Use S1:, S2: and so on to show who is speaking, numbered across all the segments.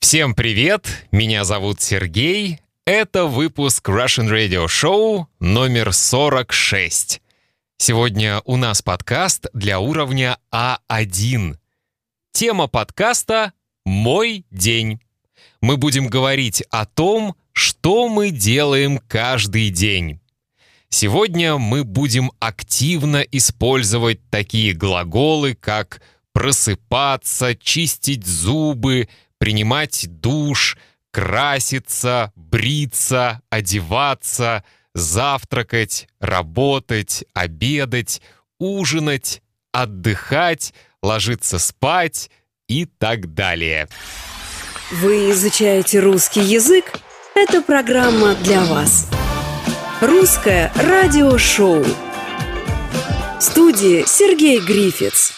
S1: Всем привет! Меня зовут Сергей. Это выпуск Russian Radio Show номер 46. Сегодня у нас подкаст для уровня А1. Тема подкаста «Мой день». Мы будем говорить о том, что мы делаем каждый день. Сегодня мы будем активно использовать такие глаголы, как просыпаться, чистить зубы, принимать душ, краситься, бриться, одеваться, завтракать, работать, обедать, ужинать, отдыхать, ложиться спать и так далее.
S2: Вы изучаете русский язык? Это программа для вас. Русское радиошоу. В студии Сергей Гриффитс.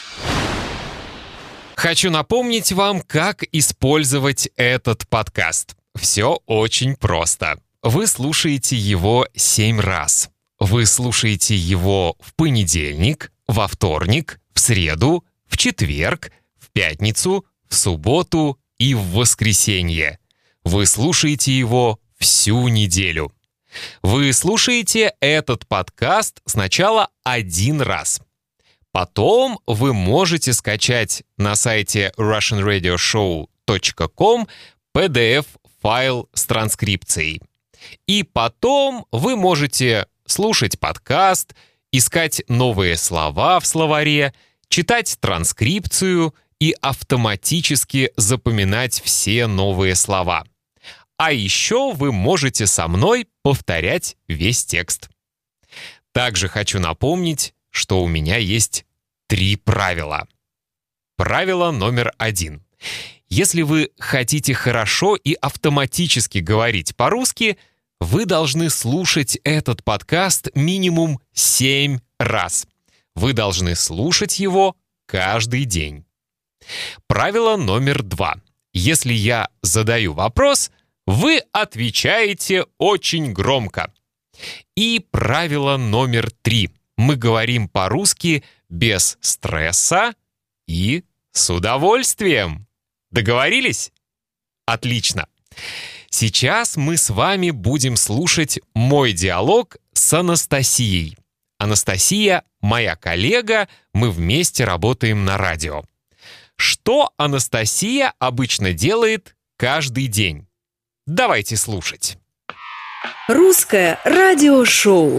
S1: Хочу напомнить вам, как использовать этот подкаст. Все очень просто. Вы слушаете его 7 раз. Вы слушаете его в понедельник, во вторник, в среду, в четверг, в пятницу, в субботу и в воскресенье. Вы слушаете его всю неделю. Вы слушаете этот подкаст сначала 1 раз. Потом вы можете скачать на сайте russianradioshow.com PDF-файл с транскрипцией. И потом вы можете слушать подкаст, искать новые слова в словаре, читать транскрипцию и автоматически запоминать все новые слова. А еще вы можете со мной повторять весь текст. Также хочу напомнить, что у меня есть 3 правила. Правило номер 1. Если вы хотите хорошо и автоматически говорить по-русски, вы должны слушать этот подкаст минимум 7 раз. Вы должны слушать его каждый день. Правило номер 2. Если я задаю вопрос, вы отвечаете очень громко. И правило номер 3. Мы говорим по-русски без стресса и с удовольствием. Договорились? Отлично. Сейчас мы с вами будем слушать мой диалог с Анастасией. Анастасия — моя коллега, мы вместе работаем на радио. Что Анастасия обычно делает каждый день? Давайте слушать.
S2: Русское радиошоу.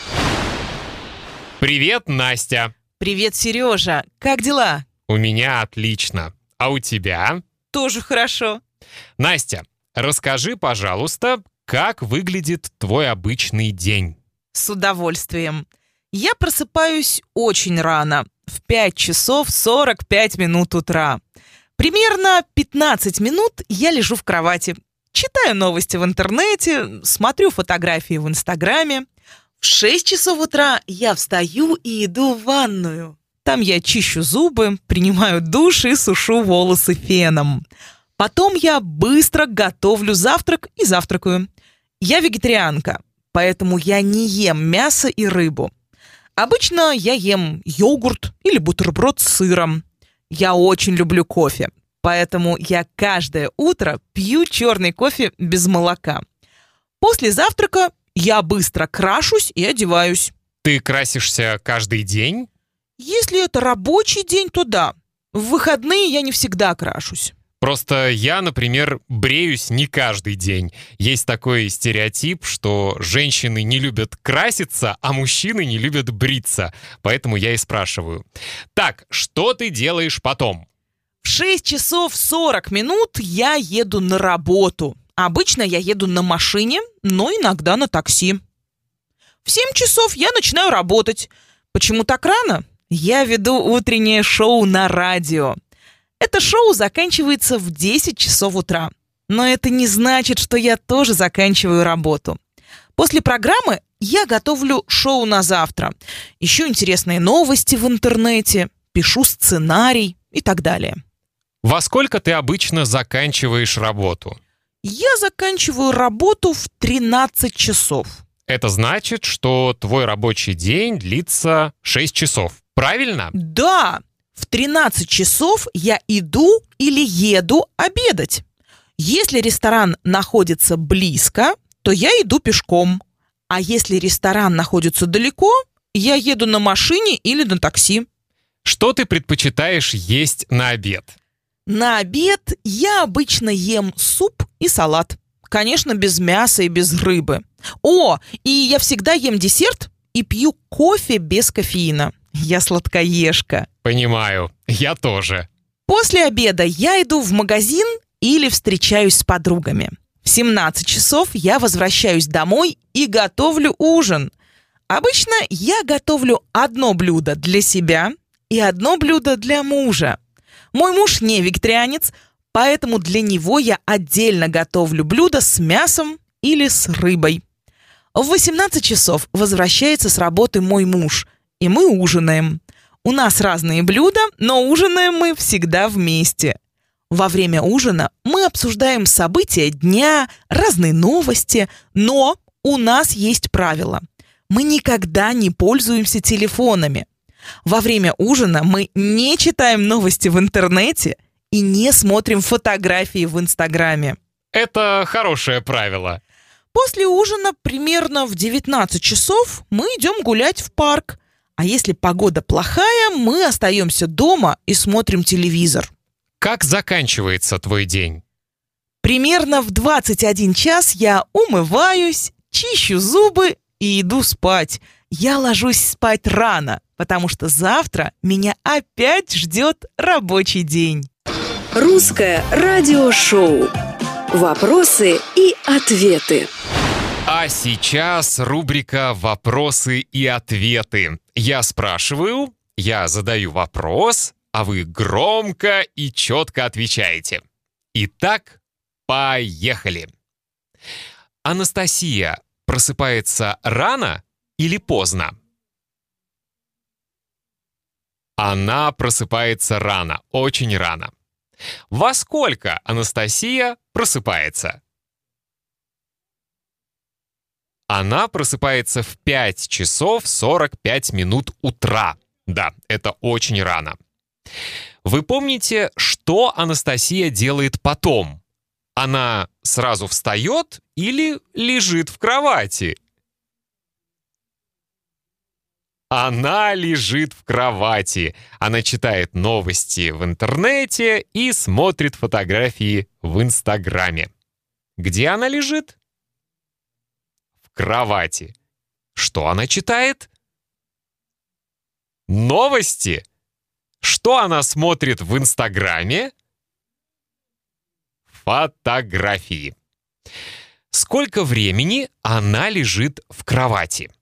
S1: Привет, Настя.
S3: Привет, Сережа. Как дела?
S1: У меня отлично. А у тебя?
S3: Тоже хорошо.
S1: Настя, расскажи, пожалуйста, как выглядит твой обычный день?
S3: С удовольствием. Я просыпаюсь очень рано, в 5 часов 45 минут утра. Примерно 15 минут я лежу в кровати, читаю новости в интернете, смотрю фотографии в Инстаграме. В 6 часов утра я встаю и иду в ванную. Там я чищу зубы, принимаю душ и сушу волосы феном. Потом я быстро готовлю завтрак и завтракаю. Я вегетарианка, поэтому я не ем мясо и рыбу. Обычно я ем йогурт или бутерброд с сыром. Я очень люблю кофе, поэтому я каждое утро пью черный кофе без молока. После завтрака я быстро крашусь и одеваюсь.
S1: Ты красишься каждый день?
S3: Если это рабочий день, то да. В выходные я не всегда крашусь.
S1: Просто я, например, бреюсь не каждый день. Есть такой стереотип, что женщины не любят краситься, а мужчины не любят бриться. Поэтому я и спрашиваю. Так, что ты делаешь потом?
S3: В 6 часов 40 минут я еду на работу. Обычно я еду на машине, но иногда на такси. В 7 часов я начинаю работать. Почему так рано? Я веду утреннее шоу на радио. Это шоу заканчивается в 10 часов утра. Но это не значит, что я тоже заканчиваю работу. После программы я готовлю шоу на завтра. Ищу интересные новости в интернете, пишу сценарий и так далее.
S1: Во сколько ты обычно заканчиваешь работу?
S3: Я заканчиваю работу в 13 часов.
S1: Это значит, что твой рабочий день длится 6 часов. Правильно?
S3: Да, в 13 часов я иду или еду обедать. Если ресторан находится близко, то я иду пешком. А если ресторан находится далеко, я еду на машине или на такси.
S1: Что ты предпочитаешь есть на обед?
S3: На обед я обычно ем суп и салат. Конечно, без мяса и без рыбы. И я всегда ем десерт и пью кофе без кофеина. Я сладкоежка.
S1: Понимаю, я тоже.
S3: После обеда я иду в магазин или встречаюсь с подругами. В 17 часов я возвращаюсь домой и готовлю ужин. Обычно я готовлю одно блюдо для себя и одно блюдо для мужа. Мой муж не вегетарианец, поэтому для него я отдельно готовлю блюдо с мясом или с рыбой. В 18 часов возвращается с работы мой муж, и мы ужинаем. У нас разные блюда, но ужинаем мы всегда вместе. Во время ужина мы обсуждаем события дня, разные новости, но у нас есть правило. Мы никогда не пользуемся телефонами. Во время ужина мы не читаем новости в интернете и не смотрим фотографии в Инстаграме.
S1: Это хорошее правило.
S3: После ужина примерно в 19 часов мы идем гулять в парк. А если погода плохая, мы остаемся дома и смотрим телевизор.
S1: Как заканчивается твой день?
S3: Примерно в 21 час я умываюсь, чищу зубы и иду спать. Я ложусь спать рано, потому что завтра меня опять ждет рабочий день.
S2: Русское радиошоу. Вопросы и ответы.
S1: А сейчас рубрика «Вопросы и ответы». Я спрашиваю, я задаю вопрос, а вы громко и четко отвечаете. Итак, поехали. Анастасия просыпается рано или поздно? Она просыпается рано, очень рано. Во сколько Анастасия просыпается? Она просыпается в 5 часов 45 минут утра. Да, это очень рано. Вы помните, что Анастасия делает потом? Она сразу встает или лежит в кровати? Она лежит в кровати. Она читает новости в интернете и смотрит фотографии в Инстаграме. Где она лежит? В кровати. Что она читает? Новости. Что она смотрит в Инстаграме? Фотографии. Сколько времени она лежит в кровати?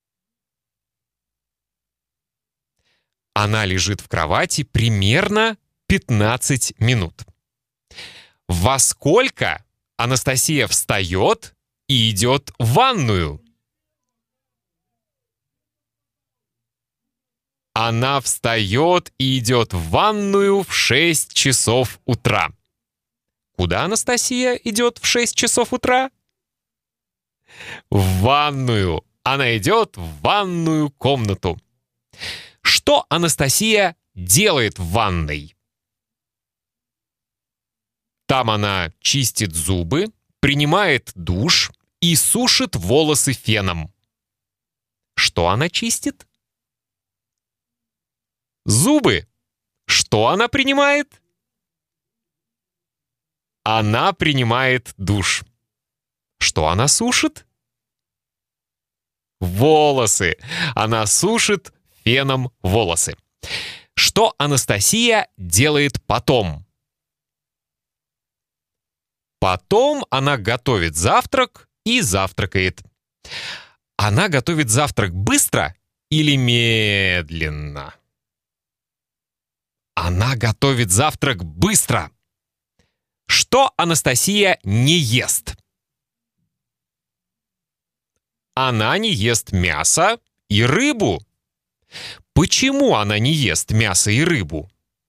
S1: Она лежит в кровати примерно 15 минут. Во сколько Анастасия встает и идет в ванную? Она встает и идет в ванную в 6 часов утра. Куда Анастасия идет в 6 часов утра? В ванную. Она идет в ванную комнату. Что Анастасия делает в ванной? Там она чистит зубы, принимает душ и сушит волосы феном. Что она чистит? Зубы. Что она принимает? Она принимает душ. Что она сушит? Волосы. Она сушит феном волосы. Что Анастасия делает потом? Потом она готовит завтрак и завтракает. Она готовит завтрак быстро или медленно? Она готовит завтрак быстро. Что Анастасия не ест? Она не ест мясо и рыбу. Почему она не ест мясо и рыбу?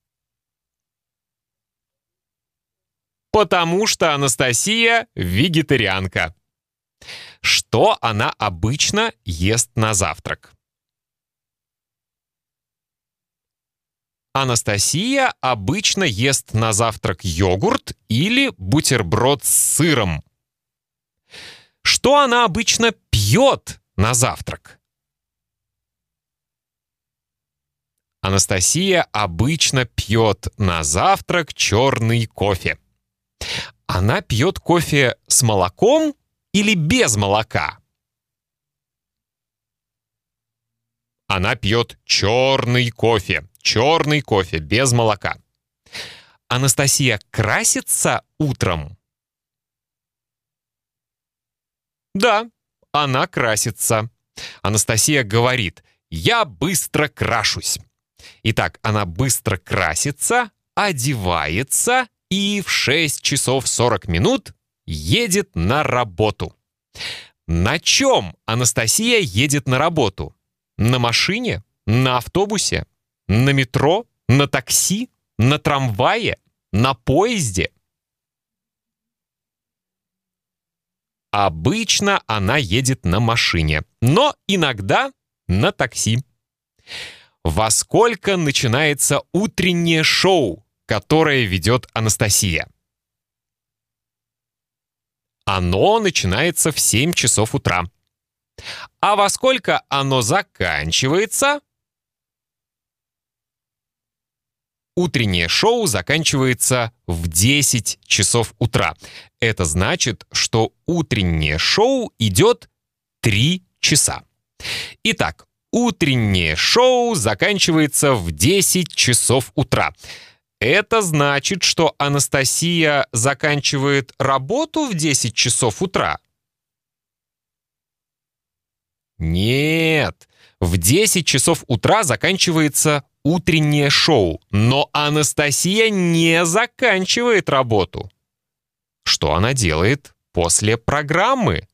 S1: Потому что Анастасия вегетарианка. Что она обычно ест на завтрак? Анастасия обычно ест на завтрак йогурт или бутерброд с сыром. Что она обычно пьет на завтрак? Анастасия обычно пьет на завтрак черный кофе. Она пьет кофе с молоком или без молока? Она пьет черный кофе без молока. Анастасия красится утром? Да, она красится. Анастасия говорит: «Я быстро крашусь». Итак, она быстро красится, одевается и в 6 часов 40 минут едет на работу. На чем Анастасия едет на работу? На машине? На автобусе? На метро? На такси? На трамвае? На поезде? Обычно она едет на машине, но иногда на такси. Во сколько начинается утреннее шоу, которое ведет Анастасия? Оно начинается в 7 часов утра. А во сколько оно заканчивается? Утреннее шоу заканчивается в 10 часов утра. Это значит, что утреннее шоу идет 3 часа. Итак, утреннее шоу заканчивается в 10 часов утра. Это значит, что Анастасия заканчивает работу в 10 часов утра? Нет, в 10 часов утра заканчивается утреннее шоу, но Анастасия не заканчивает работу. Что она делает после программы?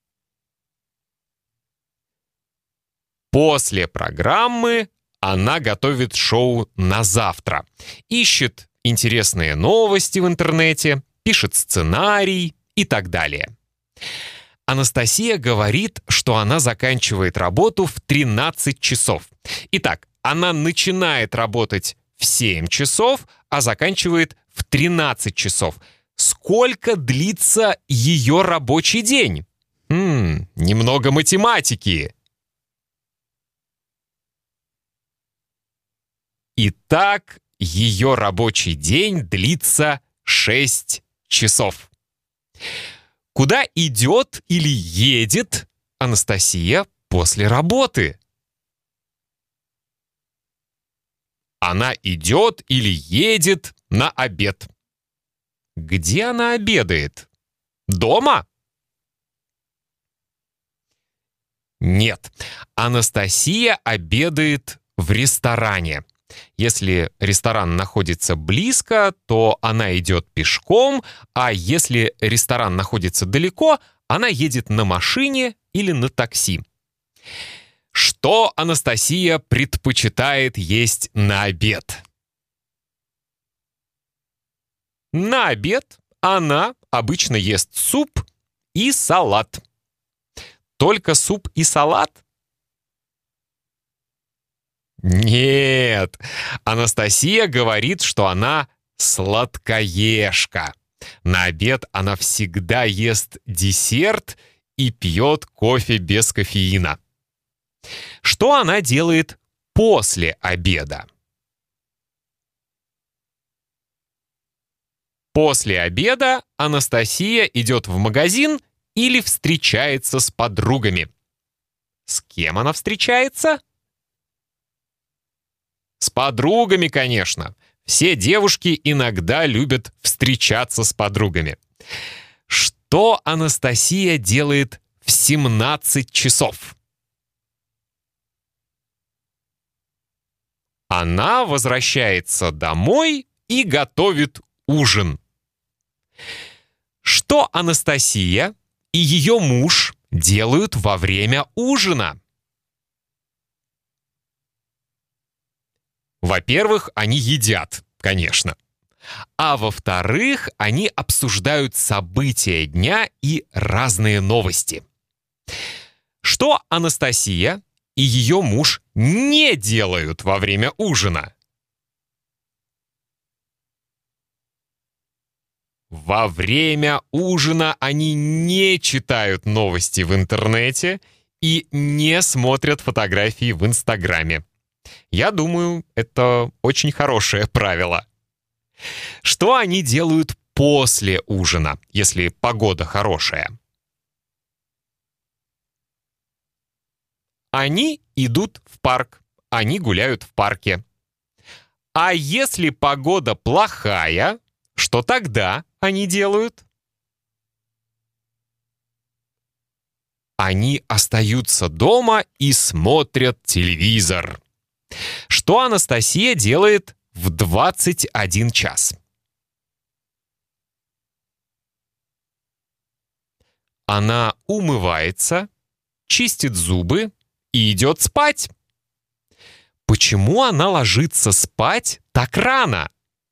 S1: После программы она готовит шоу на завтра. Ищет интересные новости в интернете, пишет сценарий и так далее. Анастасия говорит, что она заканчивает работу в 13 часов. Итак, она начинает работать в 7 часов, а заканчивает в 13 часов. Сколько длится ее рабочий день? Немного математики. Итак, ее рабочий день длится 6 часов. Куда идет или едет Анастасия после работы? Она идет или едет на обед. Где она обедает? Дома? Нет, Анастасия обедает в ресторане. Если ресторан находится близко, то она идет пешком, а если ресторан находится далеко, она едет на машине или на такси. Что Анастасия предпочитает есть на обед? На обед она обычно ест суп и салат. Только суп и салат? Нет, Анастасия говорит, что она сладкоежка. На обед она всегда ест десерт и пьет кофе без кофеина. Что она делает после обеда? После обеда Анастасия идет в магазин или встречается с подругами. С кем она встречается? С подругами, конечно. Все девушки иногда любят встречаться с подругами. Что Анастасия делает в 17 часов? Она возвращается домой и готовит ужин. Что Анастасия и ее муж делают во время ужина? Во-первых, они едят, конечно. А во-вторых, они обсуждают события дня и разные новости. Что Анастасия и ее муж не делают во время ужина? во время ужина они не читают новости в интернете и не смотрят фотографии в Инстаграме. Я думаю, это очень хорошее правило. Что они делают после ужина, если погода хорошая? Они идут в парк, они гуляют в парке. А если погода плохая, что тогда они делают? Они остаются дома и смотрят телевизор. Что Анастасия делает в 21 час? Она умывается, чистит зубы и идет спать. Почему она ложится спать так рано?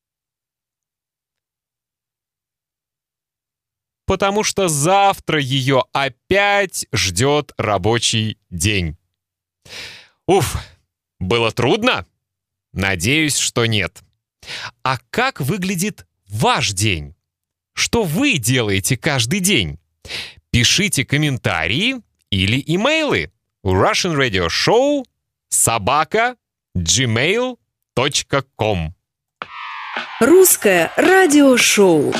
S1: Потому что завтра ее опять ждет рабочий день. Уф, было трудно? Надеюсь, что нет. А как выглядит ваш день? Что вы делаете каждый день? Пишите комментарии или имейлы. Russian Radio Show @gmail.com.
S2: Русское радиошоу.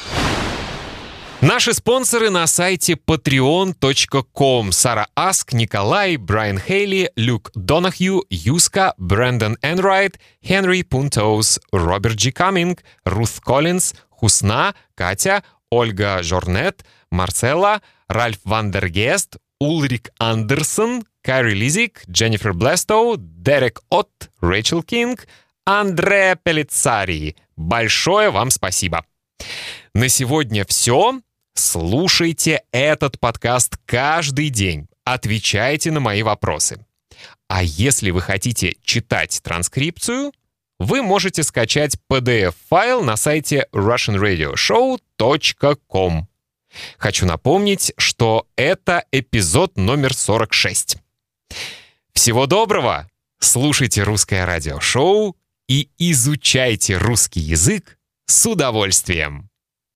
S1: Наши спонсоры на сайте patreon.com. Сара Аск, Николай, Брайан Хейли, Люк Донахью, Юска, Брэндон Энрайт, Хенри Пунтоус, Роберт Джи Каминг, Рут Коллинз, Хусна, Катя, Ольга Жорнет, Марцелла, Ральф Вандергест, Ульрик Андерсон, Кайри Лизик, Дженнифер Блестоу, Дерек Отт, Рэйчел Кинг, Андреа Пелицари. Большое вам спасибо. На сегодня все. Слушайте этот подкаст каждый день. Отвечайте на мои вопросы. А если вы хотите читать транскрипцию, вы можете скачать PDF-файл на сайте russianradioshow.com. Хочу напомнить, что это эпизод номер 46. Всего доброго! Слушайте русское радиошоу и изучайте русский язык с удовольствием!